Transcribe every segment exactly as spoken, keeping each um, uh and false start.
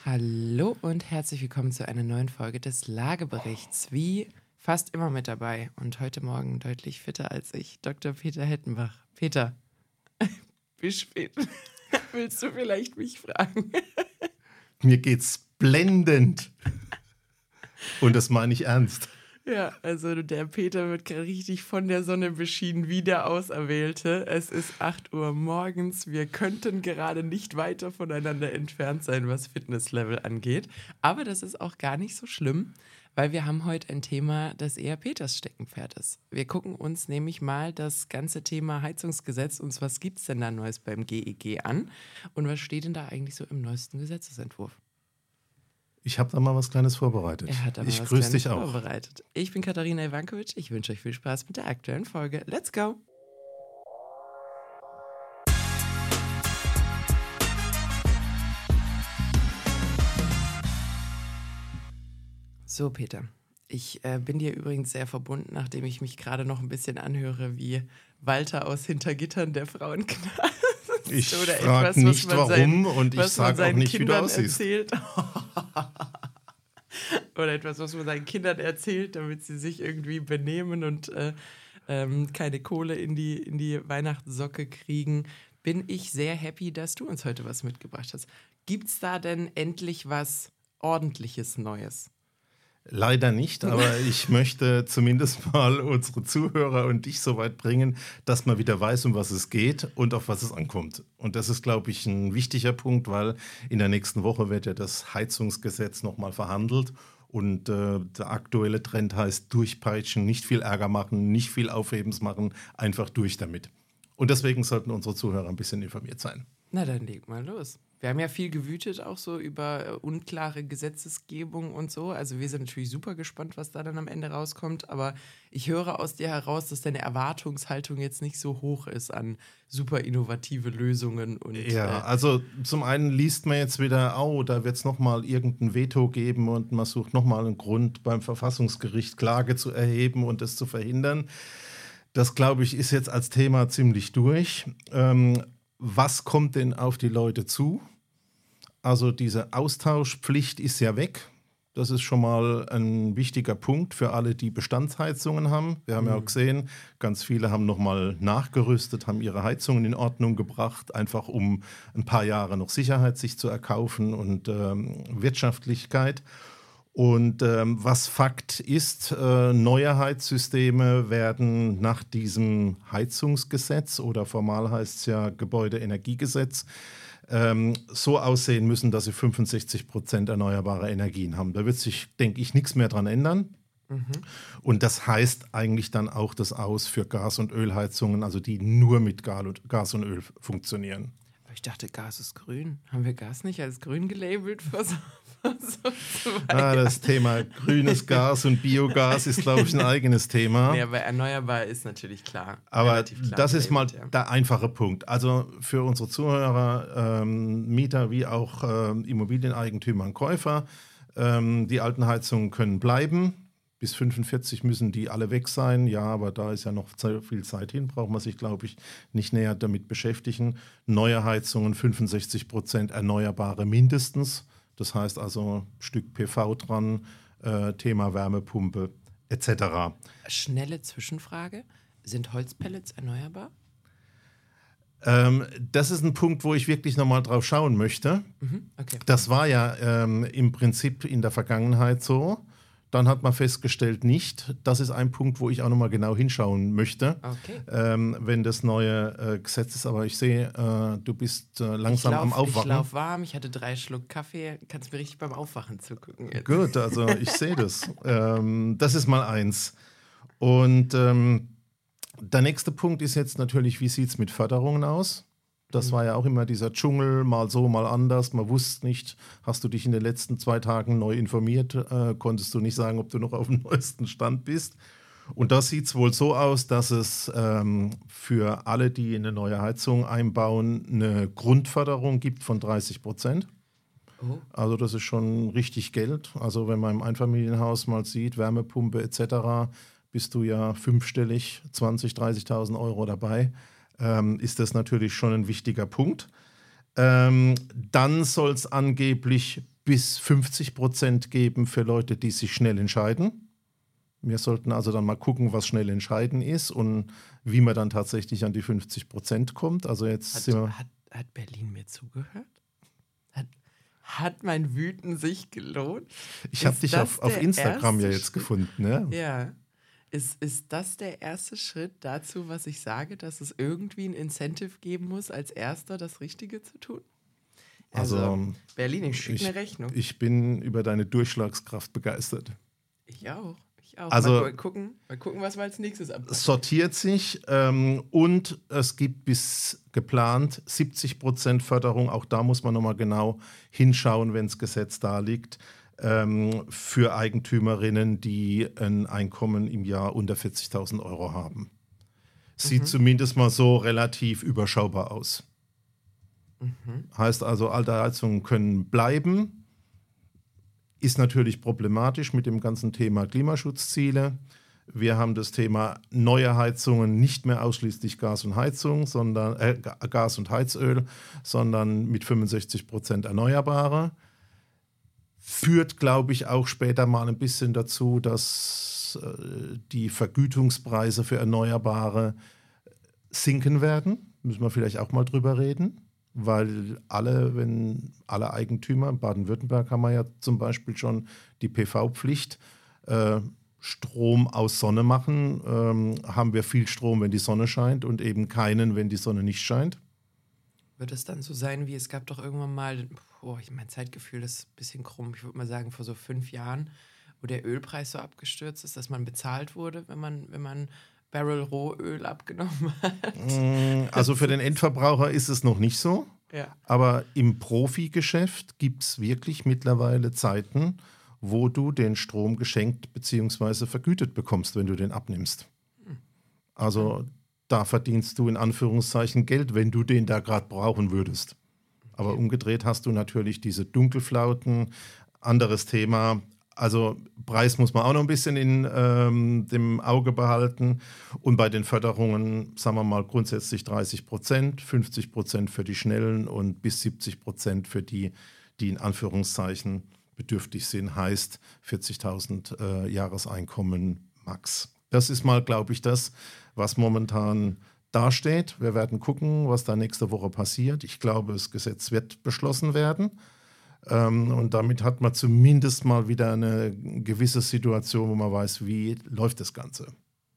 Hallo und herzlich willkommen zu einer neuen Folge des Lageberichts. Wie fast immer mit dabei und heute Morgen deutlich fitter als ich, Doktor Peter Hettenbach. Peter, wie spät? Willst du vielleicht mich fragen? Mir geht's blendend. Und das meine ich ernst. Ja, also der Peter wird gerade richtig von der Sonne beschienen, wie der Auserwählte. Es ist acht Uhr morgens. Wir könnten gerade nicht weiter voneinander entfernt sein, was Fitnesslevel angeht. Aber das ist auch gar nicht so schlimm, weil wir haben heute ein Thema, das eher Peters Steckenpferd ist. Wir gucken uns nämlich mal das ganze Thema Heizungsgesetz und was gibt es denn da Neues beim G E G an und was steht denn da eigentlich so im neuesten Gesetzesentwurf? Ich habe da mal was Kleines vorbereitet. Er hat da mal ich was grüße Kleines dich auch. vorbereitet. Ich bin Katharina Ivankovic. Ich wünsche euch viel Spaß mit der aktuellen Folge. Let's go! So, Peter. Ich äh, bin dir übrigens sehr verbunden, nachdem ich mich gerade noch ein bisschen anhöre wie Walter aus Hintergittern der Frauenknast. Ich frage nicht, warum seinen, und ich sage auch nicht, Kindern wie du aussiehst. Erzählt. Oder etwas, was man seinen Kindern erzählt, damit sie sich irgendwie benehmen und äh, ähm, keine Kohle in die, in die Weihnachtssocke kriegen, bin ich sehr happy, dass du uns heute was mitgebracht hast. Gibt's da denn endlich was Ordentliches Neues? Leider nicht, aber ich möchte zumindest mal unsere Zuhörer und dich so weit bringen, dass man wieder weiß, um was es geht und auf was es ankommt. Und das ist, glaube ich, ein wichtiger Punkt, weil in der nächsten Woche wird ja das Heizungsgesetz nochmal verhandelt. Und äh, der aktuelle Trend heißt durchpeitschen, nicht viel Ärger machen, nicht viel Aufhebens machen, einfach durch damit. Und deswegen sollten unsere Zuhörer ein bisschen informiert sein. Na, dann leg mal los. Wir haben ja viel gewütet, auch so über äh, unklare Gesetzesgebung und so. Also wir sind natürlich super gespannt, was da dann am Ende rauskommt. Aber ich höre aus dir heraus, dass deine Erwartungshaltung jetzt nicht so hoch ist an super innovative Lösungen. Und, ja, äh, also zum einen liest man jetzt wieder, oh, da wird es nochmal irgendein Veto geben und man sucht nochmal einen Grund beim Verfassungsgericht Klage zu erheben und das zu verhindern. Das, glaube ich, ist jetzt als Thema ziemlich durch. Ähm, was kommt denn auf die Leute zu? Also diese Austauschpflicht ist ja weg. Das ist schon mal ein wichtiger Punkt für alle, die Bestandsheizungen haben. Wir haben mhm. ja auch gesehen, ganz viele haben nochmal nachgerüstet, haben ihre Heizungen in Ordnung gebracht, einfach um ein paar Jahre noch Sicherheit sich zu erkaufen und ähm, Wirtschaftlichkeit. Und ähm, was Fakt ist, äh, neue Heizsysteme werden nach diesem Heizungsgesetz oder formal heißt es ja Gebäudeenergiegesetz, ähm, so aussehen müssen, dass sie fünfundsechzig Prozent erneuerbare Energien haben. Da wird sich, denke ich, nichts mehr dran ändern. Mhm. Und das heißt eigentlich dann auch das Aus für Gas- und Ölheizungen, also die nur mit Gas und Öl funktionieren. Ich dachte, Gas ist grün. Haben wir Gas nicht als grün gelabelt? Vor so, vor so ah, das Thema grünes Gas und Biogas ist, glaube ich, ein eigenes Thema. Ja, aber erneuerbar ist natürlich klar. Aber klar das ist mal ja. der einfache Punkt. Also für unsere Zuhörer, ähm, Mieter wie auch ähm, Immobilieneigentümer und Käufer, ähm, die alten Heizungen können bleiben. Bis fünfundvierzig müssen die alle weg sein. Ja, aber da ist ja noch viel Zeit hin. Braucht man sich, glaube ich, nicht näher damit beschäftigen. Neue Heizungen, fünfundsechzig Prozent erneuerbare mindestens. Das heißt also Stück P V dran, äh, Thema Wärmepumpe et cetera. Schnelle Zwischenfrage. Sind Holzpellets erneuerbar? Ähm, das ist ein Punkt, wo ich wirklich nochmal drauf schauen möchte. Mhm, okay. Das war ja ähm, im Prinzip in der Vergangenheit so. Dann hat man festgestellt, nicht. Das ist ein Punkt, wo ich auch nochmal genau hinschauen möchte, okay. ähm, wenn das neue äh, Gesetz ist. Aber ich sehe, äh, du bist äh, langsam lauf, am Aufwachen. Ich laufe warm, ich hatte drei Schluck Kaffee. Kannst mir richtig beim Aufwachen zugucken jetzt. Gut, also ich sehe das. ähm, das ist mal eins. Und ähm, der nächste Punkt ist jetzt natürlich, wie sieht es mit Förderungen aus? Das war ja auch immer dieser Dschungel, mal so, mal anders. Man wusste nicht, hast du dich in den letzten zwei Tagen neu informiert, äh, konntest du nicht sagen, ob du noch auf dem neuesten Stand bist. Und da sieht es wohl so aus, dass es ähm, für alle, die eine neue Heizung einbauen, eine Grundförderung gibt von dreißig Prozent. Oh. Also das ist schon richtig Geld. Also wenn man im Einfamilienhaus mal sieht, Wärmepumpe et cetera, bist du ja fünfstellig, zwanzigtausend, dreißigtausend Euro dabei. Ähm, ist das natürlich schon ein wichtiger Punkt. Ähm, dann soll es angeblich bis fünfzig Prozent geben für Leute, die sich schnell entscheiden. Wir sollten also dann mal gucken, was schnell entscheiden ist und wie man dann tatsächlich an die fünfzig Prozent kommt. Also jetzt Hat, sind wir hat, hat Berlin mir zugehört? Hat, hat mein Wüten sich gelohnt? Ich habe Ist dich das auf, auf der Instagram ja erste jetzt Schritt? gefunden. Ne? Ja. Ist, ist das der erste Schritt dazu, was ich sage, dass es irgendwie ein Incentive geben muss, als Erster das Richtige zu tun? Also, Also, Berlin, ich schicke ich, eine Rechnung. ich bin über deine Durchschlagskraft begeistert. Ich auch. Ich auch. Also- mal, gu- gucken, mal gucken, was wir als nächstes abpacken. Sortiert sich ähm, und es gibt bis geplant siebzig Prozent Förderung. Auch da muss man nochmal genau hinschauen, wenn das Gesetz da liegt, ähm, für Eigentümerinnen, die ein Einkommen im Jahr unter vierzigtausend Euro haben. Sieht Mhm. zumindest mal so relativ überschaubar aus. Mhm. Heißt also, alte Heizungen können bleiben. Ist natürlich problematisch mit dem ganzen Thema Klimaschutzziele. Wir haben das Thema neue Heizungen, nicht mehr ausschließlich Gas und Heizung, sondern äh, Gas und Heizöl, sondern mit fünfundsechzig Prozent Erneuerbare. Führt, glaube ich, auch später mal ein bisschen dazu, dass äh, die Vergütungspreise für Erneuerbare sinken werden. Müssen wir vielleicht auch mal drüber reden. Weil alle, wenn alle Eigentümer, in Baden-Württemberg haben wir ja zum Beispiel schon die P V-Pflicht, äh, Strom aus Sonne machen, ähm, haben wir viel Strom, wenn die Sonne scheint und eben keinen, wenn die Sonne nicht scheint. Wird es dann so sein, wie es gab doch irgendwann mal, oh, ich mein Zeitgefühl ist ein bisschen krumm, ich würde mal sagen, vor so fünf Jahren, wo der Ölpreis so abgestürzt ist, dass man bezahlt wurde, wenn man, wenn man Barrel Rohöl abgenommen hat. Mm, Also für den Endverbraucher ist es noch nicht so, Ja. aber im Profigeschäft gibt es wirklich mittlerweile Zeiten, wo du den Strom geschenkt bzw. vergütet bekommst, wenn du den abnimmst. Also da verdienst du in Anführungszeichen Geld, wenn du den da gerade brauchen würdest. Aber Okay. umgedreht hast du natürlich diese Dunkelflauten, anderes Thema. Also Preis muss man auch noch ein bisschen in ähm, dem Auge behalten. Und bei den Förderungen, sagen wir mal, grundsätzlich dreißig Prozent, fünfzig Prozent für die Schnellen und bis siebzig Prozent für die, die in Anführungszeichen bedürftig sind, heißt vierzigtausend äh, Jahreseinkommen max. Das ist mal, glaube ich, das, was momentan dasteht. Wir werden gucken, was da nächste Woche passiert. Ich glaube, das Gesetz wird beschlossen werden. Ähm, und damit hat man zumindest mal wieder eine gewisse Situation, wo man weiß, wie läuft das Ganze.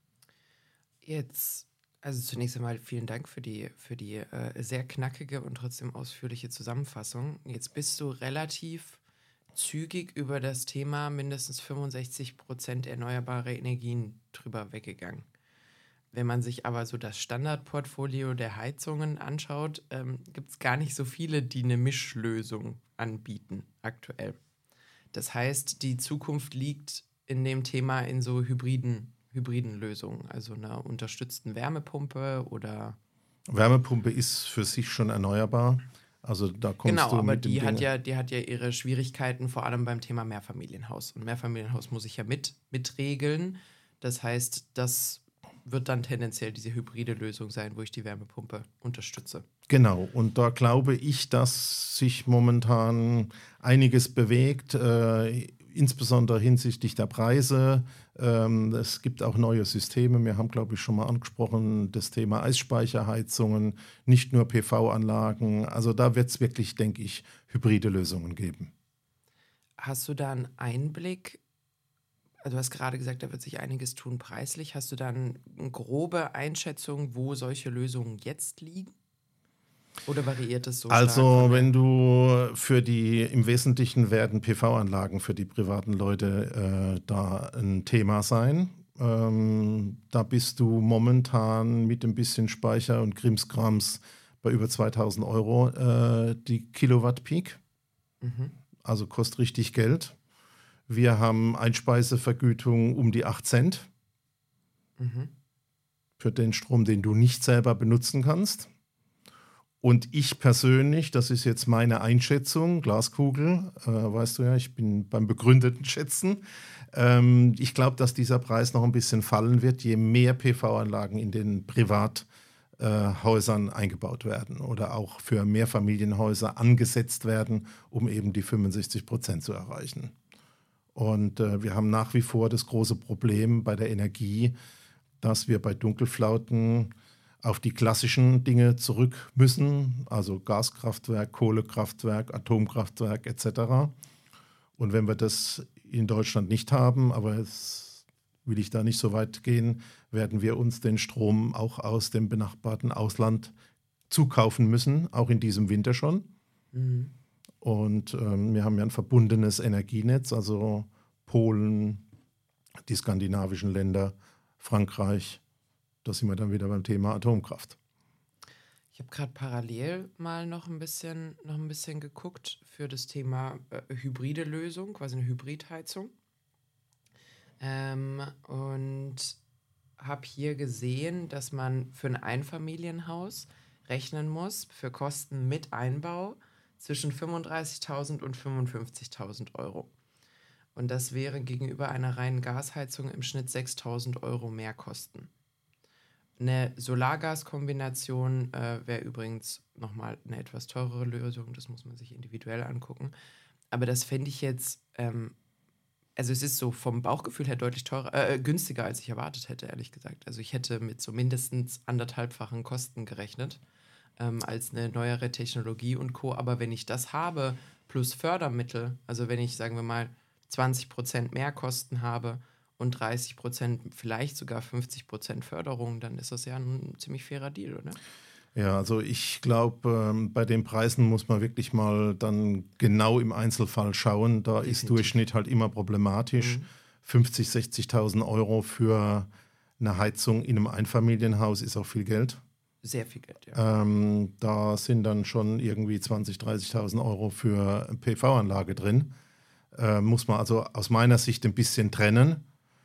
Jetzt, also zunächst einmal vielen Dank für die, für die äh, sehr knackige und trotzdem ausführliche Zusammenfassung. Jetzt bist du relativ zügig über das Thema mindestens fünfundsechzig Prozent erneuerbare Energien drüber weggegangen. Wenn man sich aber so das Standardportfolio der Heizungen anschaut, ähm, gibt es gar nicht so viele, die eine Mischlösung anbieten aktuell. Das heißt, die Zukunft liegt in dem Thema in so hybriden, hybriden Lösungen, also einer unterstützten Wärmepumpe oder... Wärmepumpe ist für sich schon erneuerbar. Also da kommst Genau, du aber mit dem die hat, Ding- ja, die hat ja ihre Schwierigkeiten, vor allem beim Thema Mehrfamilienhaus. Und Mehrfamilienhaus muss ich ja mit, mitregeln. Das heißt, das wird dann tendenziell diese hybride Lösung sein, wo ich die Wärmepumpe unterstütze. Genau, und da glaube ich, dass sich momentan einiges bewegt, äh, insbesondere hinsichtlich der Preise. Ähm, es gibt auch neue Systeme. Wir haben, glaube ich, schon mal angesprochen, das Thema Eisspeicherheizungen, nicht nur P V-Anlagen. Also da wird es wirklich, denke ich, hybride Lösungen geben. Hast du da einen Einblick? Also du hast gerade gesagt, da wird sich einiges tun preislich. Hast du da eine grobe Einschätzung, wo solche Lösungen jetzt liegen? Oder variiert es so stark Also, von der- wenn du für die, im Wesentlichen werden P V-Anlagen für die privaten Leute äh, da ein Thema sein. Ähm, da bist du momentan mit ein bisschen Speicher und Krimskrams bei über zweitausend Euro äh, die Kilowatt-Peak. Mhm. Also kostet richtig Geld. Wir haben Einspeisevergütung um die acht Cent Mhm. für den Strom, den du nicht selber benutzen kannst. Und ich persönlich, das ist jetzt meine Einschätzung, Glaskugel, äh, weißt du ja, ich bin beim begründeten Schätzen. Ähm, ich glaube, dass dieser Preis noch ein bisschen fallen wird, je mehr P V-Anlagen in den Privathaushalten äh, Häusern eingebaut werden oder auch für Mehrfamilienhäuser angesetzt werden, um eben die fünfundsechzig Prozent zu erreichen. Und äh, wir haben nach wie vor das große Problem bei der Energie, dass wir bei Dunkelflauten auf die klassischen Dinge zurück müssen, also Gaskraftwerk, Kohlekraftwerk, Atomkraftwerk et cetera. Und wenn wir das in Deutschland nicht haben, aber jetzt will ich da nicht so weit gehen, werden wir uns den Strom auch aus dem benachbarten Ausland zukaufen müssen, auch in diesem Winter schon. Mhm. Und ähm, wir haben ja ein verbundenes Energienetz, also Polen, die skandinavischen Länder, Frankreich. Da sind wir dann wieder beim Thema Atomkraft. Ich habe gerade parallel mal noch ein bisschen, noch ein bisschen geguckt für das Thema äh, hybride Lösung, quasi eine Hybridheizung. Ähm, und habe hier gesehen, dass man für ein Einfamilienhaus rechnen muss, für Kosten mit Einbau, zwischen fünfunddreißigtausend und fünfundfünfzigtausend Euro. Und das wäre gegenüber einer reinen Gasheizung im Schnitt sechstausend Euro mehr Kosten. Eine Solargas-Kombination äh, wäre übrigens nochmal eine etwas teurere Lösung, das muss man sich individuell angucken. Aber das fände ich jetzt, ähm, also es ist so vom Bauchgefühl her deutlich teurer, äh, günstiger, als ich erwartet hätte, ehrlich gesagt. Also ich hätte mit so mindestens anderthalbfachen Kosten gerechnet, ähm, als eine neuere Technologie und Co. Aber wenn ich das habe, plus Fördermittel, also wenn ich, sagen wir mal, zwanzig Prozent mehr Kosten habe und dreißig Prozent, vielleicht sogar fünfzig Prozent Förderung, dann ist das ja ein ziemlich fairer Deal, oder? Ja, also ich glaube, ähm, bei den Preisen muss man wirklich mal dann genau im Einzelfall schauen. Da Definitiv. Ist Durchschnitt halt immer problematisch. Mhm. fünfzigtausend, sechzigtausend Euro für eine Heizung in einem Einfamilienhaus ist auch viel Geld. Sehr viel Geld, ja. Ähm, da sind dann schon irgendwie zwanzigtausend, dreißigtausend Euro für eine P V-Anlage drin. Äh, muss man also aus meiner Sicht ein bisschen trennen.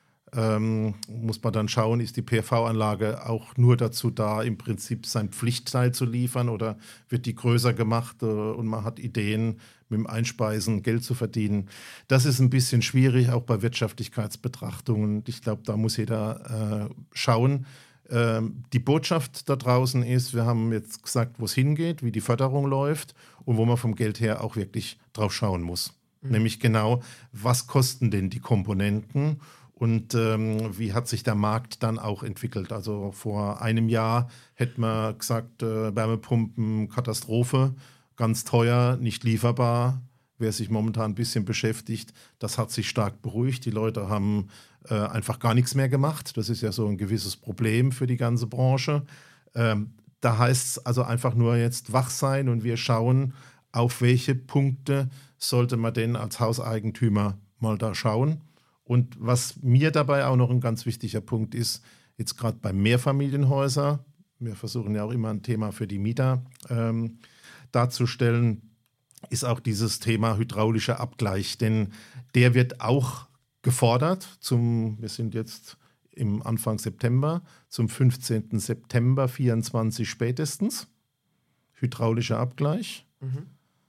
Ähm, muss man dann schauen, ist die P V-Anlage auch nur dazu da, im Prinzip sein Pflichtteil zu liefern, oder wird die größer gemacht äh, und man hat Ideen, mit dem Einspeisen Geld zu verdienen. Das ist ein bisschen schwierig, auch bei Wirtschaftlichkeitsbetrachtungen. Ich glaube, da muss jeder äh, schauen. Ähm, die Botschaft da draußen ist, wir haben jetzt gesagt, wo es hingeht, wie die Förderung läuft und wo man vom Geld her auch wirklich drauf schauen muss. Mhm. Nämlich genau, was kosten denn die Komponenten? Und ähm, wie hat sich der Markt dann auch entwickelt? Also vor einem Jahr hätte man gesagt, äh, Wärmepumpen, Katastrophe, ganz teuer, nicht lieferbar. Wer sich momentan ein bisschen beschäftigt, das hat sich stark beruhigt. Die Leute haben äh, einfach gar nichts mehr gemacht. Das ist ja so ein gewisses Problem für die ganze Branche. Ähm, da heißt es also einfach nur jetzt wach sein und wir schauen, auf welche Punkte sollte man denn als Hauseigentümer mal da schauen. Und was mir dabei auch noch ein ganz wichtiger Punkt ist, jetzt gerade bei Mehrfamilienhäusern, wir versuchen ja auch immer ein Thema für die Mieter ähm, darzustellen, ist auch dieses Thema hydraulischer Abgleich, denn der wird auch gefordert. Zum, wir sind jetzt im Anfang September, zum fünfzehnten September vierundzwanzig spätestens. Hydraulischer Abgleich. Mhm.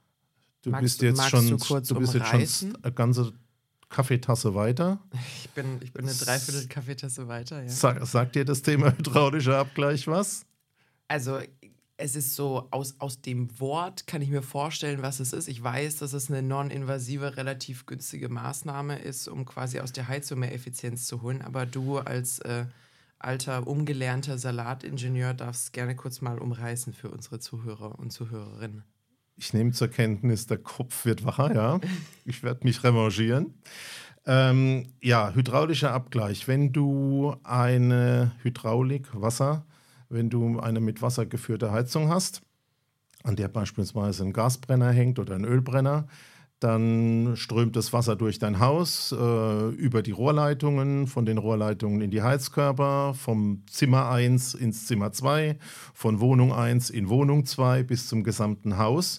Du magst, bist jetzt magst schon, du kurz du bist umreißen? jetzt schon eine ganze Kaffeetasse weiter. Ich bin, ich bin eine Dreiviertel Kaffeetasse weiter, ja. Sag, sagt dir das Thema hydraulischer Abgleich was? Also es ist so, aus, aus dem Wort kann ich mir vorstellen, was es ist. Ich weiß, dass es eine non-invasive, relativ günstige Maßnahme ist, um quasi aus der Heizung mehr Effizienz zu holen. Aber du als äh, alter, umgelernter Salatingenieur darfst gerne kurz mal umreißen für unsere Zuhörer und Zuhörerinnen. Ich nehme zur Kenntnis, der Kopf wird wacher, ja. Ich werde mich revanchieren. Ähm, ja, hydraulischer Abgleich. Wenn du eine Hydraulik, Wasser, wenn du eine mit Wasser geführte Heizung hast, an der beispielsweise ein Gasbrenner hängt oder ein Ölbrenner, dann strömt das Wasser durch dein Haus, äh, über die Rohrleitungen, von den Rohrleitungen in die Heizkörper, vom Zimmer eins ins Zimmer zwei, von Wohnung eins in Wohnung zwei bis zum gesamten Haus.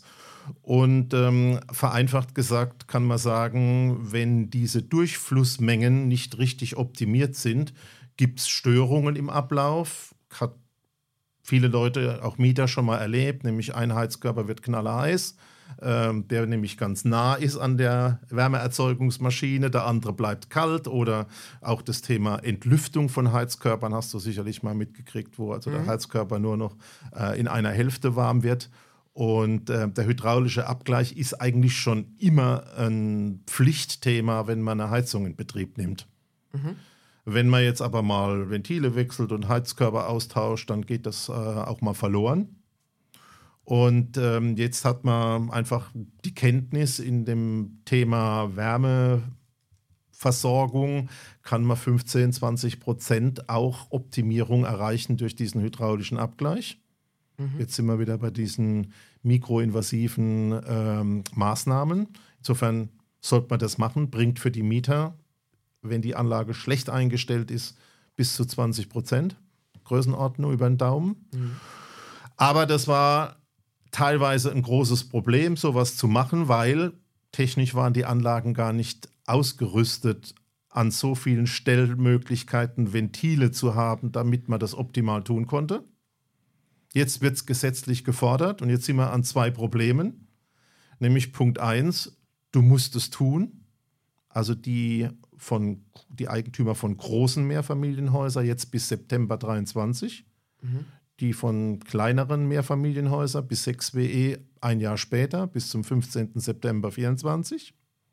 Und ähm, vereinfacht gesagt kann man sagen, wenn diese Durchflussmengen nicht richtig optimiert sind, gibt es Störungen im Ablauf. Hat viele Leute, auch Mieter, schon mal erlebt, nämlich ein Heizkörper wird knallerheiß. ähm, der nämlich ganz nah ist an der Wärmeerzeugungsmaschine, der andere bleibt kalt, oder auch das Thema Entlüftung von Heizkörpern hast du sicherlich mal mitgekriegt, wo also mhm. der Heizkörper nur noch äh, in einer Hälfte warm wird. Und äh, der hydraulische Abgleich ist eigentlich schon immer ein Pflichtthema, wenn man eine Heizung in Betrieb nimmt. Mhm. Wenn man jetzt aber mal Ventile wechselt und Heizkörper austauscht, dann geht das äh, auch mal verloren. Und ähm, jetzt hat man einfach die Kenntnis in dem Thema Wärmeversorgung, kann man fünfzehn, zwanzig Prozent auch Optimierung erreichen durch diesen hydraulischen Abgleich. Mhm. Jetzt sind wir wieder bei diesen mikroinvasiven ähm, Maßnahmen. Insofern sollte man das machen, bringt für die Mieter, wenn die Anlage schlecht eingestellt ist, bis zu zwanzig Prozent. Größenordnung über den Daumen. Mhm. Aber das war teilweise ein großes Problem, sowas zu machen, weil technisch waren die Anlagen gar nicht ausgerüstet, an so vielen Stellmöglichkeiten Ventile zu haben, damit man das optimal tun konnte. Jetzt wird es gesetzlich gefordert und jetzt sind wir an zwei Problemen. Nämlich Punkt eins, du musst es tun. Also die, von, die Eigentümer von großen Mehrfamilienhäusern jetzt bis September dreiundzwanzig. Mhm. Die von kleineren Mehrfamilienhäusern bis sechs W E ein Jahr später, bis zum fünfzehnten September vierundzwanzig.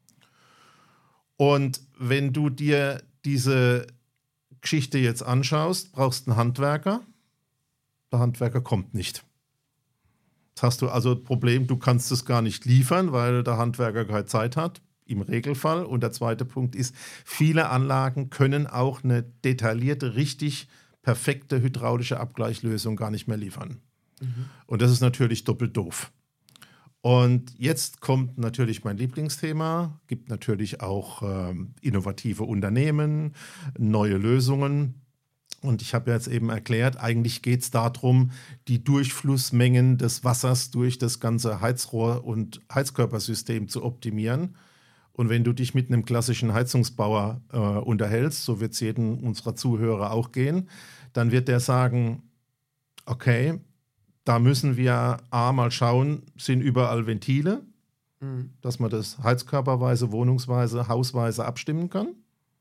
Und wenn du dir diese Geschichte jetzt anschaust, brauchst du einen Handwerker. Der Handwerker kommt nicht. Jetzt hast du also das Problem, du kannst es gar nicht liefern, weil der Handwerker keine Zeit hat, im Regelfall. Und der zweite Punkt ist, viele Anlagen können auch eine detaillierte, richtig perfekte hydraulische Abgleichlösung gar nicht mehr liefern. Mhm. Und das ist natürlich doppelt doof. Und jetzt kommt natürlich mein Lieblingsthema, gibt natürlich auch ähm, innovative Unternehmen, neue Lösungen. Und ich habe ja jetzt eben erklärt, eigentlich geht es darum, die Durchflussmengen des Wassers durch das ganze Heizrohr- und Heizkörpersystem zu optimieren. Und wenn du dich mit einem klassischen Heizungsbauer äh, unterhältst, so wird es jedem unserer Zuhörer auch gehen, dann wird der sagen, okay, da müssen wir A, mal schauen, sind überall Ventile, mhm. dass man das heizkörperweise, wohnungsweise, hausweise abstimmen kann.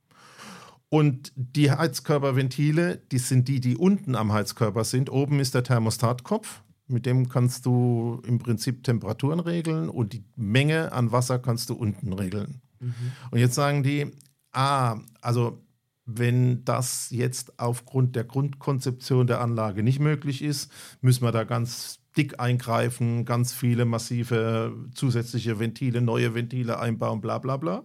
Und die Heizkörperventile, die sind die, die unten am Heizkörper sind. Oben ist der Thermostatkopf. Mit dem kannst du im Prinzip Temperaturen regeln und die Menge an Wasser kannst du unten regeln. Mhm. Und jetzt sagen die, ah, also wenn das jetzt aufgrund der Grundkonzeption der Anlage nicht möglich ist, müssen wir da ganz dick eingreifen, ganz viele massive zusätzliche Ventile, neue Ventile einbauen, bla bla bla.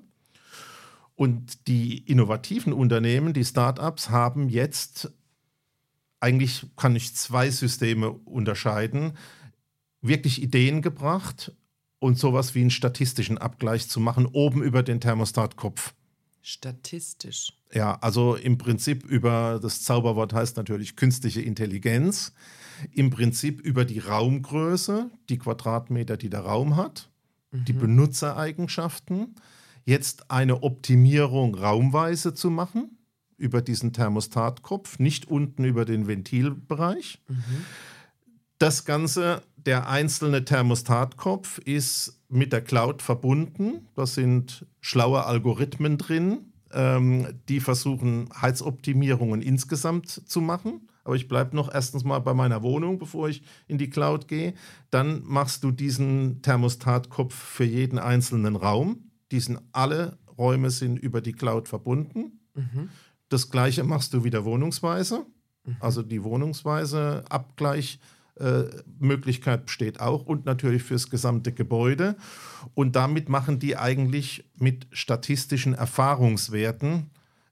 Und die innovativen Unternehmen, die Start-ups, haben jetzt, eigentlich kann ich zwei Systeme unterscheiden, wirklich Ideen gebracht und sowas wie einen statistischen Abgleich zu machen, oben über den Thermostatkopf. Statistisch? Ja, also im Prinzip über, das Zauberwort heißt natürlich künstliche Intelligenz, im Prinzip über die Raumgröße, die Quadratmeter, die der Raum hat, mhm. die Benutzereigenschaften, jetzt eine Optimierung raumweise zu machen, über diesen Thermostatkopf, nicht unten über den Ventilbereich. Mhm. Das Ganze, der einzelne Thermostatkopf ist mit der Cloud verbunden. Da sind schlaue Algorithmen drin, ähm, die versuchen, Heizoptimierungen insgesamt zu machen. Aber ich bleibe noch erstens mal bei meiner Wohnung, bevor ich in die Cloud gehe. Dann machst du diesen Thermostatkopf für jeden einzelnen Raum. Die sind, alle Räume sind über die Cloud verbunden. Mhm. Das Gleiche machst du wieder wohnungsweise. Mhm. Also die wohnungsweise Abgleichmöglichkeit äh, besteht auch und natürlich fürs gesamte Gebäude. Und damit machen die eigentlich mit statistischen Erfahrungswerten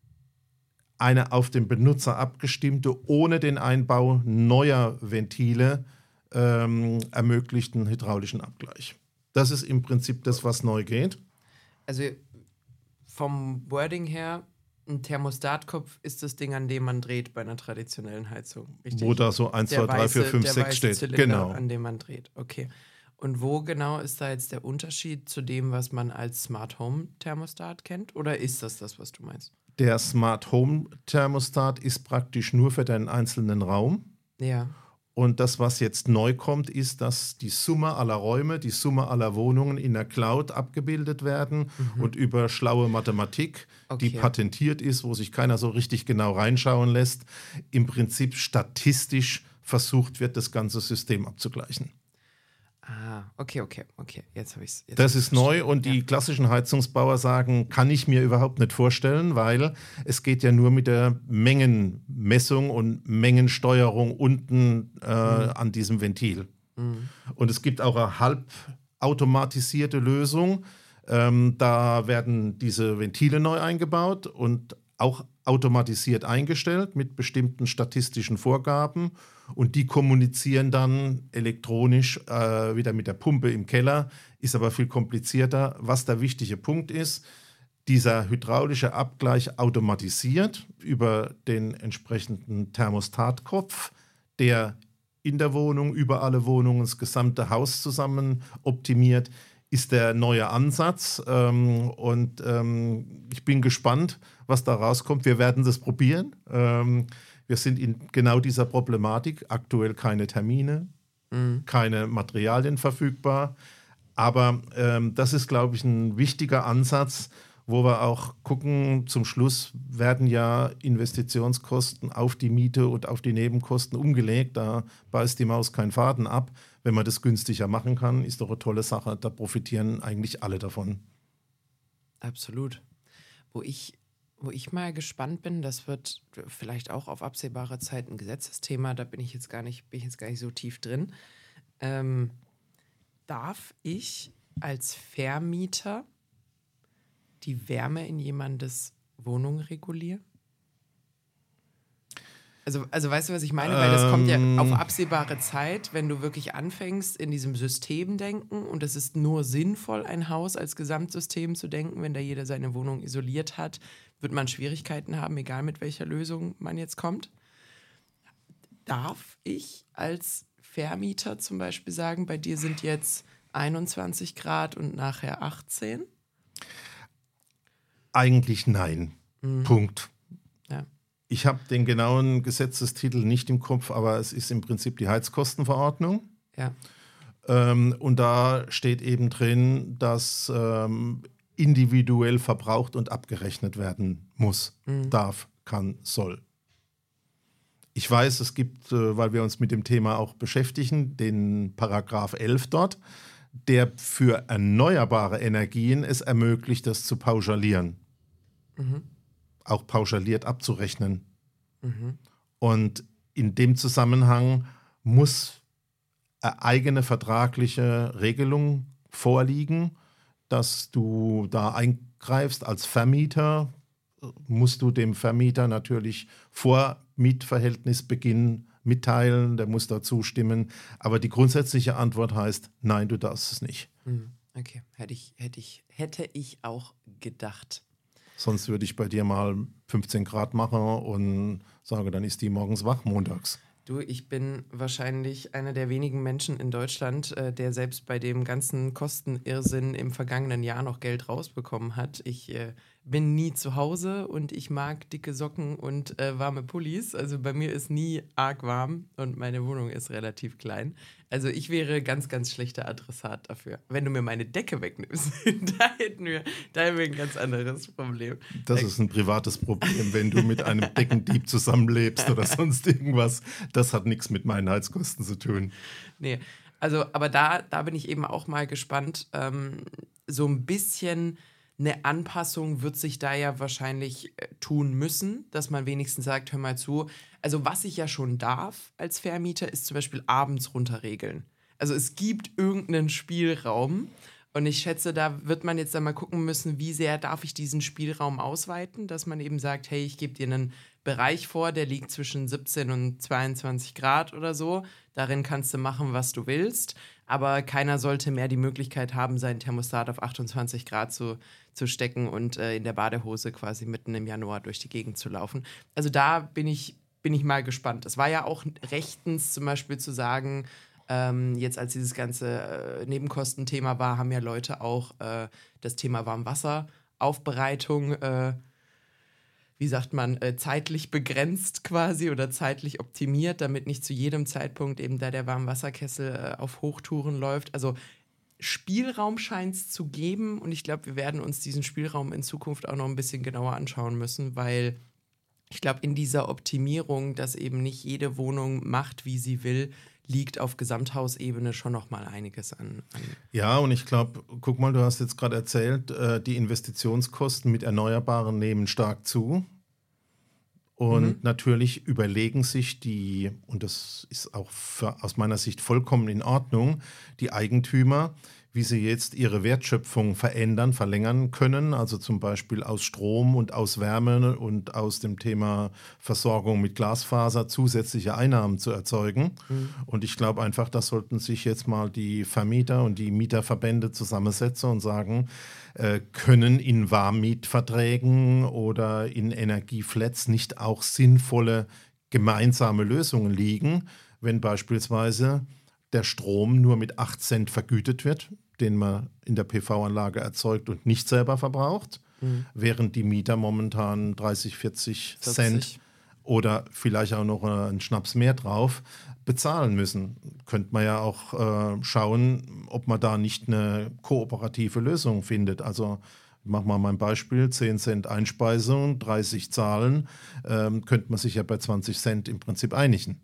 eine auf den Benutzer abgestimmte, ohne den Einbau neuer Ventile ähm, ermöglichten hydraulischen Abgleich. Das ist im Prinzip das, was neu geht. Also vom Wording her, ein Thermostatkopf ist das Ding, an dem man dreht bei einer traditionellen Heizung. Richtig? Wo da so eins, zwei, drei, vier, fünf, sechs steht. Zylinder, genau. An dem man dreht. Okay. Und wo genau ist da jetzt der Unterschied zu dem, was man als Smart Home Thermostat kennt? Oder ist das das, was du meinst? Der Smart Home Thermostat ist praktisch nur für deinen einzelnen Raum. Ja. Und das, was jetzt neu kommt, ist, dass die Summe aller Räume, die Summe aller Wohnungen in der Cloud abgebildet werden Mhm. und über schlaue Mathematik, die Okay. patentiert ist, wo sich keiner so richtig genau reinschauen lässt, im Prinzip statistisch versucht wird, das ganze System abzugleichen. Ah, okay, okay, okay. Jetzt habe ich es. Das ist neu und die Ja. klassischen Heizungsbauer sagen, kann ich mir überhaupt nicht vorstellen, weil es geht ja nur mit der Mengenmessung und Mengensteuerung unten äh, Mhm. an diesem Ventil. Mhm. Und es gibt auch eine halbautomatisierte Lösung. Ähm, da werden diese Ventile neu eingebaut und auch automatisiert eingestellt mit bestimmten statistischen Vorgaben. Und die kommunizieren dann elektronisch äh, wieder mit der Pumpe im Keller, ist aber viel komplizierter. Was der wichtige Punkt ist, dieser hydraulische Abgleich automatisiert über den entsprechenden Thermostatkopf, der in der Wohnung, über alle Wohnungen, das gesamte Haus zusammen optimiert, ist der neue Ansatz. Ähm, und ähm, ich bin gespannt, was da rauskommt. Wir werden das probieren. Ähm, wir sind in genau dieser Problematik. Aktuell keine Termine, Mhm. keine Materialien verfügbar. Aber ähm, das ist, glaube ich, ein wichtiger Ansatz, wo wir auch gucken, zum Schluss werden ja Investitionskosten auf die Miete und auf die Nebenkosten umgelegt. Da beißt die Maus keinen Faden ab. Wenn man das günstiger machen kann, ist doch eine tolle Sache. Da profitieren eigentlich alle davon. Absolut. Wo ich, wo ich mal gespannt bin, das wird vielleicht auch auf absehbare Zeit ein Gesetzesthema, da bin ich jetzt gar nicht, bin ich jetzt gar nicht so tief drin. Ähm, darf ich als Vermieter die Wärme in jemandes Wohnung regulieren? Also, also weißt du, was ich meine? Weil das kommt ja auf Ähm, absehbare Zeit, wenn du wirklich anfängst, in diesem System denken und es ist nur sinnvoll, ein Haus als Gesamtsystem zu denken, wenn da jeder seine Wohnung isoliert hat, wird man Schwierigkeiten haben, egal mit welcher Lösung man jetzt kommt. Darf ich als Vermieter zum Beispiel sagen, bei dir sind jetzt einundzwanzig Grad und nachher achtzehn? eigentlich nein. Mhm. Punkt. Ja. Ich habe den genauen Gesetzestitel nicht im Kopf, aber es ist im Prinzip die Heizkostenverordnung. Ja. Ähm, und da steht eben drin, dass ähm, individuell verbraucht und abgerechnet werden muss, Mhm. darf, kann, soll. Ich weiß, es gibt, äh, weil wir uns mit dem Thema auch beschäftigen, den Paragraph elf dort, der für erneuerbare Energien es ermöglicht, das zu pauschalieren, Mhm. auch pauschaliert abzurechnen. Mhm. Und in dem Zusammenhang muss eine eigene vertragliche Regelung vorliegen, dass du da eingreifst als Vermieter, musst du dem Vermieter natürlich vor Mietverhältnisbeginn mitteilen, der muss da zustimmen. Aber die grundsätzliche Antwort heißt, nein, du darfst es nicht. Mhm. Okay, hätte ich, hätte ich, hätte ich auch gedacht. Sonst würde ich bei dir mal fünfzehn Grad machen und sage, dann ist die morgens wach montags. Du, ich bin wahrscheinlich einer der wenigen Menschen in Deutschland, äh, der selbst bei dem ganzen Kostenirrsinn im vergangenen Jahr noch Geld rausbekommen hat. Ich äh, bin nie zu Hause und ich mag dicke Socken und äh, warme Pullis. Also bei mir ist nie arg warm und meine Wohnung ist relativ klein. Also ich wäre ganz, ganz schlechter Adressat dafür. Wenn du mir meine Decke wegnimmst, da hätten wir, da hätten wir ein ganz anderes Problem. Das ist ein privates Problem, wenn du mit einem Deckendieb zusammenlebst oder sonst irgendwas. Das hat nichts mit meinen Heizkosten zu tun. Nee, also, aber da, da bin ich eben auch mal gespannt. Ähm, so ein bisschen eine Anpassung wird sich da ja wahrscheinlich äh, tun müssen, dass man wenigstens sagt, hör mal zu. Also, was ich ja schon darf als Vermieter, ist zum Beispiel abends runterregeln. Also, es gibt irgendeinen Spielraum. Und ich schätze, da wird man jetzt dann mal gucken müssen, wie sehr darf ich diesen Spielraum ausweiten, dass man eben sagt, hey, ich gebe dir einen Bereich vor, der liegt zwischen siebzehn und zweiundzwanzig Grad oder so. Darin kannst du machen, was du willst. Aber keiner sollte mehr die Möglichkeit haben, seinen Thermostat auf achtundzwanzig Grad zu, zu stecken und äh, in der Badehose quasi mitten im Januar durch die Gegend zu laufen. Also da bin ich, bin ich mal gespannt. Es war ja auch rechtens zum Beispiel zu sagen, ähm, jetzt als dieses ganze äh, Nebenkostenthema war, haben ja Leute auch äh, das Thema Warmwasseraufbereitung äh, wie sagt man, äh, zeitlich begrenzt quasi oder zeitlich optimiert, damit nicht zu jedem Zeitpunkt eben da der Warmwasserkessel äh, auf Hochtouren läuft. Also Spielraum scheint es zu geben und ich glaube, wir werden uns diesen Spielraum in Zukunft auch noch ein bisschen genauer anschauen müssen, weil ich glaube, in dieser Optimierung, dass eben nicht jede Wohnung macht, wie sie will, liegt auf Gesamthausebene schon noch mal einiges an. an Ja, und ich glaube, guck mal, du hast jetzt gerade erzählt, äh, die Investitionskosten mit Erneuerbaren nehmen stark zu. Und Mhm. natürlich überlegen sich die, und das ist auch für, aus meiner Sicht vollkommen in Ordnung, die Eigentümer, wie sie jetzt ihre Wertschöpfung verändern, verlängern können, also zum Beispiel aus Strom und aus Wärme und aus dem Thema Versorgung mit Glasfaser zusätzliche Einnahmen zu erzeugen. Mhm. Und ich glaube einfach, da sollten sich jetzt mal die Vermieter und die Mieterverbände zusammensetzen und sagen, äh, können in Warmmietverträgen oder in Energieflats nicht auch sinnvolle gemeinsame Lösungen liegen, wenn beispielsweise der Strom nur mit acht Cent vergütet wird, den man in der P V-Anlage erzeugt und nicht selber verbraucht, Mhm. während die Mieter momentan dreißig, vierzig Cent oder vielleicht auch noch einen Schnaps mehr drauf bezahlen müssen. Könnte man ja auch äh, schauen, ob man da nicht eine kooperative Lösung findet. Also ich mache mal mein Beispiel, zehn Cent Einspeisung, dreißig Zahlen, ähm, könnte man sich ja bei zwanzig Cent im Prinzip einigen.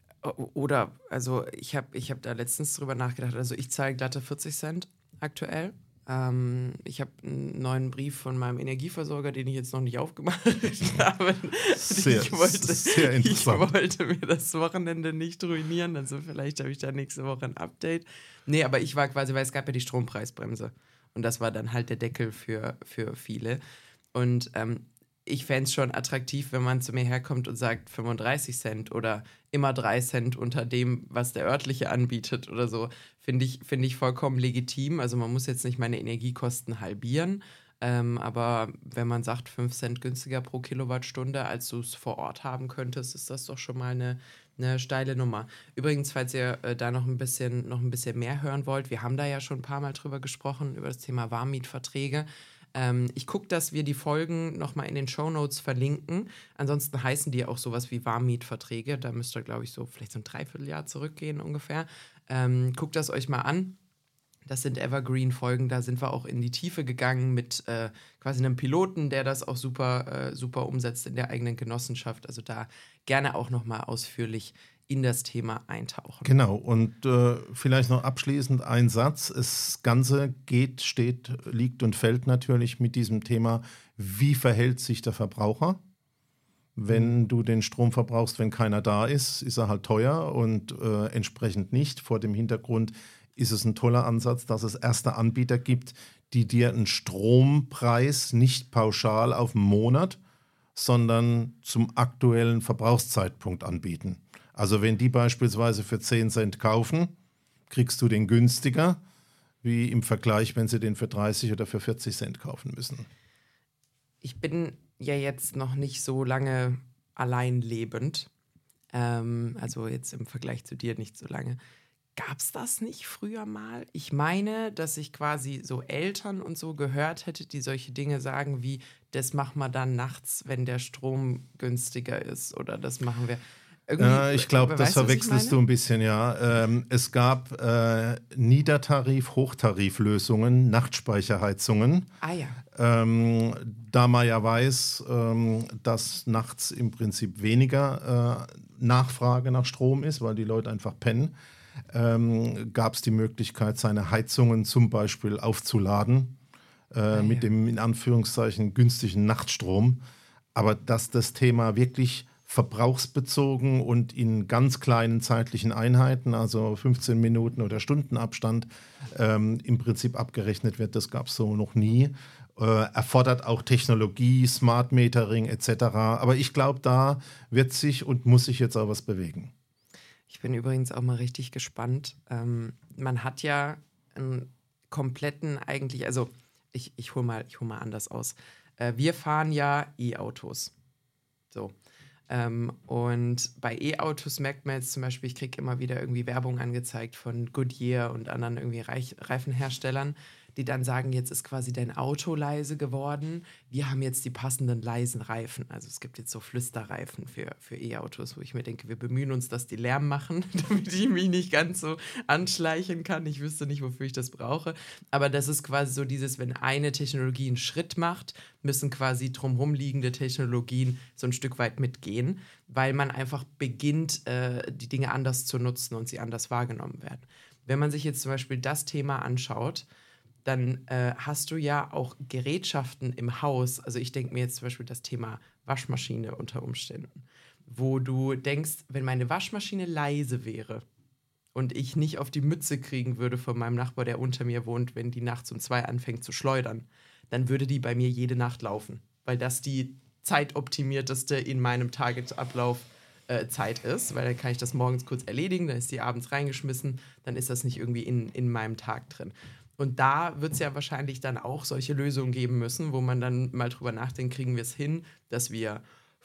O- Oder, also ich habe ich hab da letztens drüber nachgedacht, also ich zahle glatte vierzig Cent aktuell. Ähm, ich habe einen neuen Brief von meinem Energieversorger, den ich jetzt noch nicht aufgemacht habe. Sehr, ich, wollte, sehr ich interessant. wollte mir das Wochenende nicht ruinieren, also vielleicht habe ich da nächste Woche ein Update. Nee, aber ich war quasi, weil es gab ja die Strompreisbremse und das war dann halt der Deckel für, für viele. Und ähm, ich fände es schon attraktiv, wenn man zu mir herkommt und sagt fünfunddreißig Cent oder immer drei Cent unter dem, was der örtliche anbietet oder so. Finde ich, find ich vollkommen legitim. Also man muss jetzt nicht meine Energiekosten halbieren. Ähm, aber wenn man sagt, fünf Cent günstiger pro Kilowattstunde, als du es vor Ort haben könntest, ist das doch schon mal eine, eine steile Nummer. Übrigens, falls ihr äh, da noch ein bisschen, noch ein bisschen mehr hören wollt, wir haben da ja schon ein paar Mal drüber gesprochen, über das Thema Warmmietverträge. Ähm, ich gucke, dass wir die Folgen nochmal in den Shownotes verlinken. Ansonsten heißen die auch sowas wie Warmmietverträge. Da müsst ihr, glaube ich, so vielleicht so ein Dreivierteljahr zurückgehen ungefähr. Ähm, guckt das euch mal an. Das sind Evergreen-Folgen, da sind wir auch in die Tiefe gegangen mit äh, quasi einem Piloten, der das auch super, äh, super umsetzt in der eigenen Genossenschaft. Also da gerne auch nochmal ausführlich in das Thema eintauchen. Genau, und äh, vielleicht noch abschließend ein Satz. Das Ganze geht, steht, liegt und fällt natürlich mit diesem Thema, wie verhält sich der Verbraucher? Wenn Mhm. du den Strom verbrauchst, wenn keiner da ist, ist er halt teuer und äh, entsprechend nicht. Vor dem Hintergrund ist es ein toller Ansatz, dass es erste Anbieter gibt, die dir einen Strompreis nicht pauschal auf den Monat, sondern zum aktuellen Verbrauchszeitpunkt anbieten. Also wenn die beispielsweise für zehn Cent kaufen, kriegst du den günstiger, wie im Vergleich, wenn sie den für dreißig oder für vierzig Cent kaufen müssen. Ich bin ja jetzt noch nicht so lange allein lebend. Ähm, also jetzt im Vergleich zu dir nicht so lange. Gab es das nicht früher mal? Ich meine, dass ich quasi so Eltern und so gehört hätte, die solche Dinge sagen wie, das machen wir dann nachts, wenn der Strom günstiger ist oder das machen wir. Irgendwie, Äh, ich glaube, das weißt du, was ich verwechselst meine? du ein bisschen, ja. Ähm, es gab äh, Niedertarif-, Hochtariflösungen, Nachtspeicherheizungen. Ah ja. Ähm, da man ja weiß, ähm, dass nachts im Prinzip weniger äh, Nachfrage nach Strom ist, weil die Leute einfach pennen, ähm, gab es die Möglichkeit, seine Heizungen zum Beispiel aufzuladen Ah äh, mit ja. dem in Anführungszeichen günstigen Nachtstrom. Aber dass das Thema wirklich verbrauchsbezogen und in ganz kleinen zeitlichen Einheiten, also fünfzehn Minuten oder Stundenabstand, ähm, im Prinzip abgerechnet wird, das gab es so noch nie. Äh, erfordert auch Technologie, Smart Metering et cetera. Aber ich glaube, da wird sich und muss sich jetzt auch was bewegen. Ich bin übrigens auch mal richtig gespannt. Ähm, man hat ja einen kompletten eigentlich, also ich, ich hole mal, ich hol mal anders aus. Äh, wir fahren ja E-Autos. So. Ähm, und bei E-Autos merkt man jetzt zum Beispiel, ich kriege immer wieder irgendwie Werbung angezeigt von Goodyear und anderen irgendwie Reich Reifenherstellern, die dann sagen, jetzt ist quasi dein Auto leise geworden. Wir haben jetzt die passenden leisen Reifen. Also es gibt jetzt so Flüsterreifen für, für E-Autos, wo ich mir denke, wir bemühen uns, dass die Lärm machen, damit ich mich nicht ganz so anschleichen kann. Ich wüsste nicht, wofür ich das brauche. Aber das ist quasi so dieses, wenn eine Technologie einen Schritt macht, müssen quasi drumherum liegende Technologien so ein Stück weit mitgehen, weil man einfach beginnt, äh, die Dinge anders zu nutzen und sie anders wahrgenommen werden. Wenn man sich jetzt zum Beispiel das Thema anschaut, dann äh, hast du ja auch Gerätschaften im Haus. Also ich denke mir jetzt zum Beispiel das Thema Waschmaschine unter Umständen, wo du denkst, wenn meine Waschmaschine leise wäre und ich nicht auf die Mütze kriegen würde von meinem Nachbar, der unter mir wohnt, wenn die nachts um zwei anfängt zu schleudern, dann würde die bei mir jede Nacht laufen, weil das die zeitoptimierteste in meinem Tagesablauf äh, Zeit ist, weil dann kann ich das morgens kurz erledigen, dann ist die abends reingeschmissen, dann ist das nicht irgendwie in, in meinem Tag drin. Und da wird es ja wahrscheinlich dann auch solche Lösungen geben müssen, wo man dann mal drüber nachdenkt, kriegen wir es hin, dass wir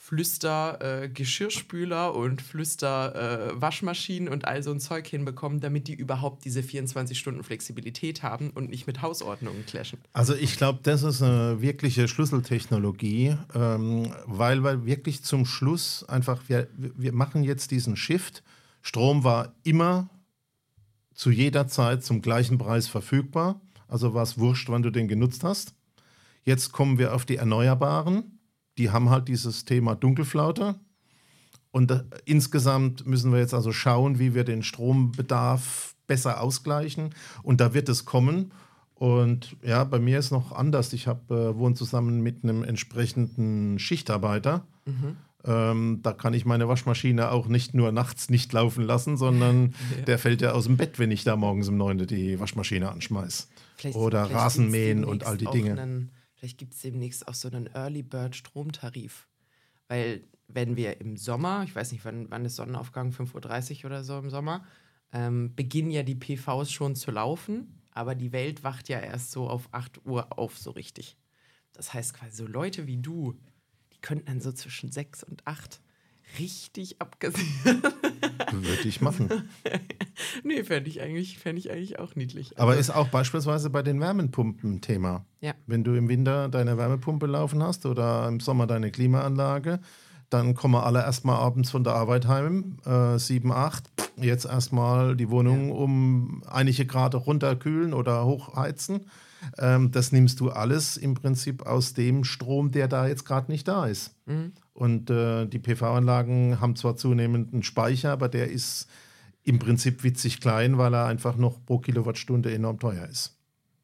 Flüster-Geschirrspüler äh, und Flüster-Waschmaschinen äh, und all so ein Zeug hinbekommen, damit die überhaupt diese vierundzwanzig Stunden Flexibilität haben und nicht mit Hausordnungen clashen. Also ich glaube, das ist eine wirkliche Schlüsseltechnologie, ähm, weil wir wirklich zum Schluss einfach, wir, wir machen jetzt diesen Shift. Strom war immer zu jeder Zeit zum gleichen Preis verfügbar. Also war es wurscht, wann du den genutzt hast. Jetzt kommen wir auf die Erneuerbaren. Die haben halt dieses Thema Dunkelflaute. Und äh, insgesamt müssen wir jetzt also schauen, wie wir den Strombedarf besser ausgleichen. Und da wird es kommen. Und ja, bei mir ist noch anders. Ich hab, äh, wohne zusammen mit einem entsprechenden Schichtarbeiter. Mhm. Ähm, da kann ich meine Waschmaschine auch nicht nur nachts nicht laufen lassen, sondern ja. der fällt ja aus dem Bett, wenn ich da morgens um neun die Waschmaschine anschmeiß. Vielleicht, Oder vielleicht Rasenmähen und all die Dinge. Einen, vielleicht gibt es demnächst auch so einen Early Bird Stromtarif. Weil wenn wir im Sommer, ich weiß nicht, wann, wann ist Sonnenaufgang, fünf Uhr dreißig oder so im Sommer, ähm, beginnen ja die P Vs schon zu laufen, aber die Welt wacht ja erst so auf acht Uhr auf, so richtig. Das heißt quasi so Leute wie du, könnten dann so zwischen sechs und acht richtig abkassieren. Würde ich machen. Nee, fände ich, eigentlich, fänd ich eigentlich auch niedlich. Aber also, ist auch beispielsweise bei den Wärmepumpen Thema. Ja. Wenn du im Winter deine Wärmepumpe laufen hast oder im Sommer deine Klimaanlage, dann kommen wir alle erstmal abends von der Arbeit heim, äh, sieben, acht, jetzt erstmal die Wohnung ja. um einige Grad runterkühlen oder hochheizen. Ähm, das nimmst du alles im Prinzip aus dem Strom, der da jetzt gerade nicht da ist. Mhm. Und äh, die P V-Anlagen haben zwar zunehmend einen Speicher, aber der ist im Prinzip witzig klein, weil er einfach noch pro Kilowattstunde enorm teuer ist.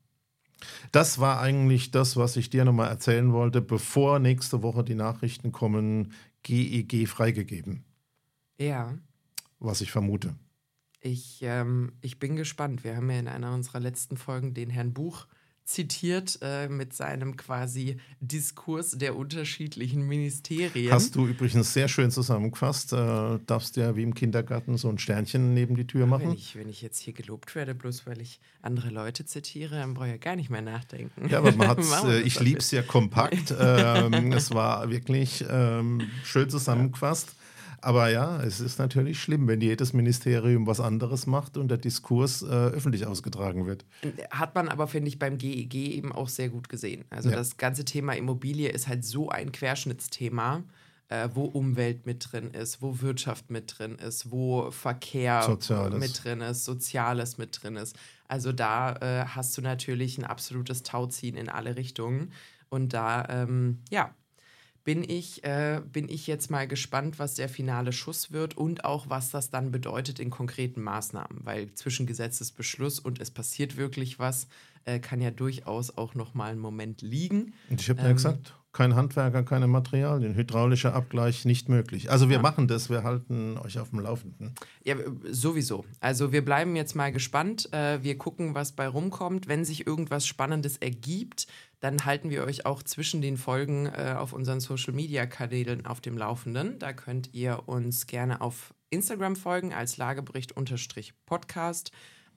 Das war eigentlich das, was ich dir nochmal erzählen wollte, bevor nächste Woche die Nachrichten kommen, G E G freigegeben. Ja. Was ich vermute. Ich, ähm, ich bin gespannt. Wir haben ja in einer unserer letzten Folgen den Herrn Buch zitiert äh, mit seinem quasi Diskurs der unterschiedlichen Ministerien. Hast du übrigens sehr schön zusammengefasst. Äh, darfst du ja wie im Kindergarten so ein Sternchen neben die Tür machen. Wenn ich, wenn ich jetzt hier gelobt werde, bloß weil ich andere Leute zitiere, dann brauche ich ja gar nicht mehr nachdenken. Ja, aber man hat's, äh, ich liebe es ja kompakt. ähm, es war wirklich ähm, schön zusammengefasst. Aber ja, es ist natürlich schlimm, wenn jedes Ministerium was anderes macht und der Diskurs äh, öffentlich ausgetragen wird. Hat man aber, finde ich, beim G E G eben auch sehr gut gesehen. Also ja. Das ganze Thema Immobilie ist halt so ein Querschnittsthema, äh, wo Umwelt mit drin ist, wo Wirtschaft mit drin ist, wo Verkehr Soziales. mit drin ist, Soziales mit drin ist. Also da äh, hast du natürlich ein absolutes Tauziehen in alle Richtungen. Und da, ähm, ja, bin ich, äh, bin ich jetzt mal gespannt, was der finale Schuss wird und auch, was das dann bedeutet in konkreten Maßnahmen. Weil zwischen Gesetzesbeschluss und es passiert wirklich was, äh, kann ja durchaus auch noch mal einen Moment liegen. Und ich habe ähm, ja gesagt, kein Handwerker, keine Materialien, hydraulischer Abgleich nicht möglich. Also wir ja. machen das, wir halten euch auf dem Laufenden. Ja, sowieso. Also wir bleiben jetzt mal gespannt. Äh, wir gucken, was bei rumkommt. Wenn sich irgendwas Spannendes ergibt, dann halten wir euch auch zwischen den Folgen äh, auf unseren Social-Media-Kanälen auf dem Laufenden. Da könnt ihr uns gerne auf Instagram folgen als Lagebericht-Podcast.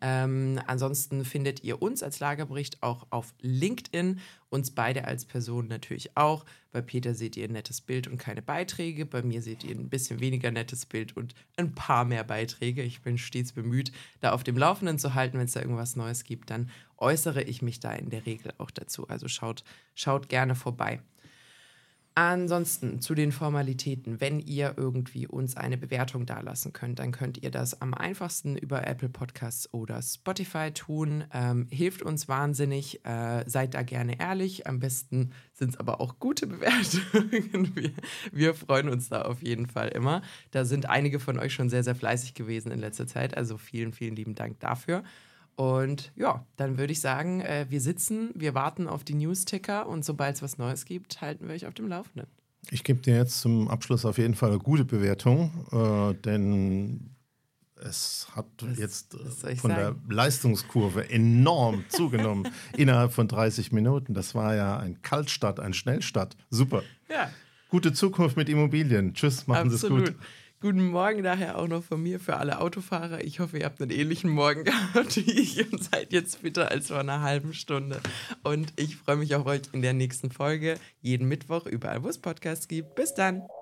Ähm, ansonsten findet ihr uns als Lagerbericht auch auf LinkedIn, uns beide als Person natürlich auch. Bei Peter seht ihr ein nettes Bild und keine Beiträge. Bei mir seht ihr ein bisschen weniger nettes Bild und ein paar mehr Beiträge. Ich bin stets bemüht, da auf dem Laufenden zu halten. Wenn es da irgendwas Neues gibt, dann äußere ich mich da in der Regel auch dazu. Also schaut, schaut gerne vorbei. Ansonsten zu den Formalitäten, wenn ihr irgendwie uns eine Bewertung dalassen könnt, dann könnt ihr das am einfachsten über Apple Podcasts oder Spotify tun. Ähm, hilft uns wahnsinnig, äh, seid da gerne ehrlich. Am besten sind es aber auch gute Bewertungen. wir, wir freuen uns da auf jeden Fall immer. Da sind einige von euch schon sehr, sehr fleißig gewesen in letzter Zeit, also vielen, vielen lieben Dank dafür. Und ja, dann würde ich sagen, äh, wir sitzen, wir warten auf die News-Ticker und sobald es was Neues gibt, halten wir euch auf dem Laufenden. Ich gebe dir jetzt zum Abschluss auf jeden Fall eine gute Bewertung, äh, denn es hat was, jetzt was von sagen? der Leistungskurve enorm zugenommen innerhalb von dreißig Minuten. Das war ja ein Kaltstart, ein Schnellstart. Super. Ja. Gute Zukunft mit Immobilien. Tschüss, machen Sie es gut. Guten Morgen daher auch noch von mir für alle Autofahrer. Ich hoffe, ihr habt einen ähnlichen Morgen gehabt wie ich und seid jetzt fitter als vor einer halben Stunde. Und ich freue mich auf euch in der nächsten Folge, jeden Mittwoch, überall wo es Podcasts gibt. Bis dann!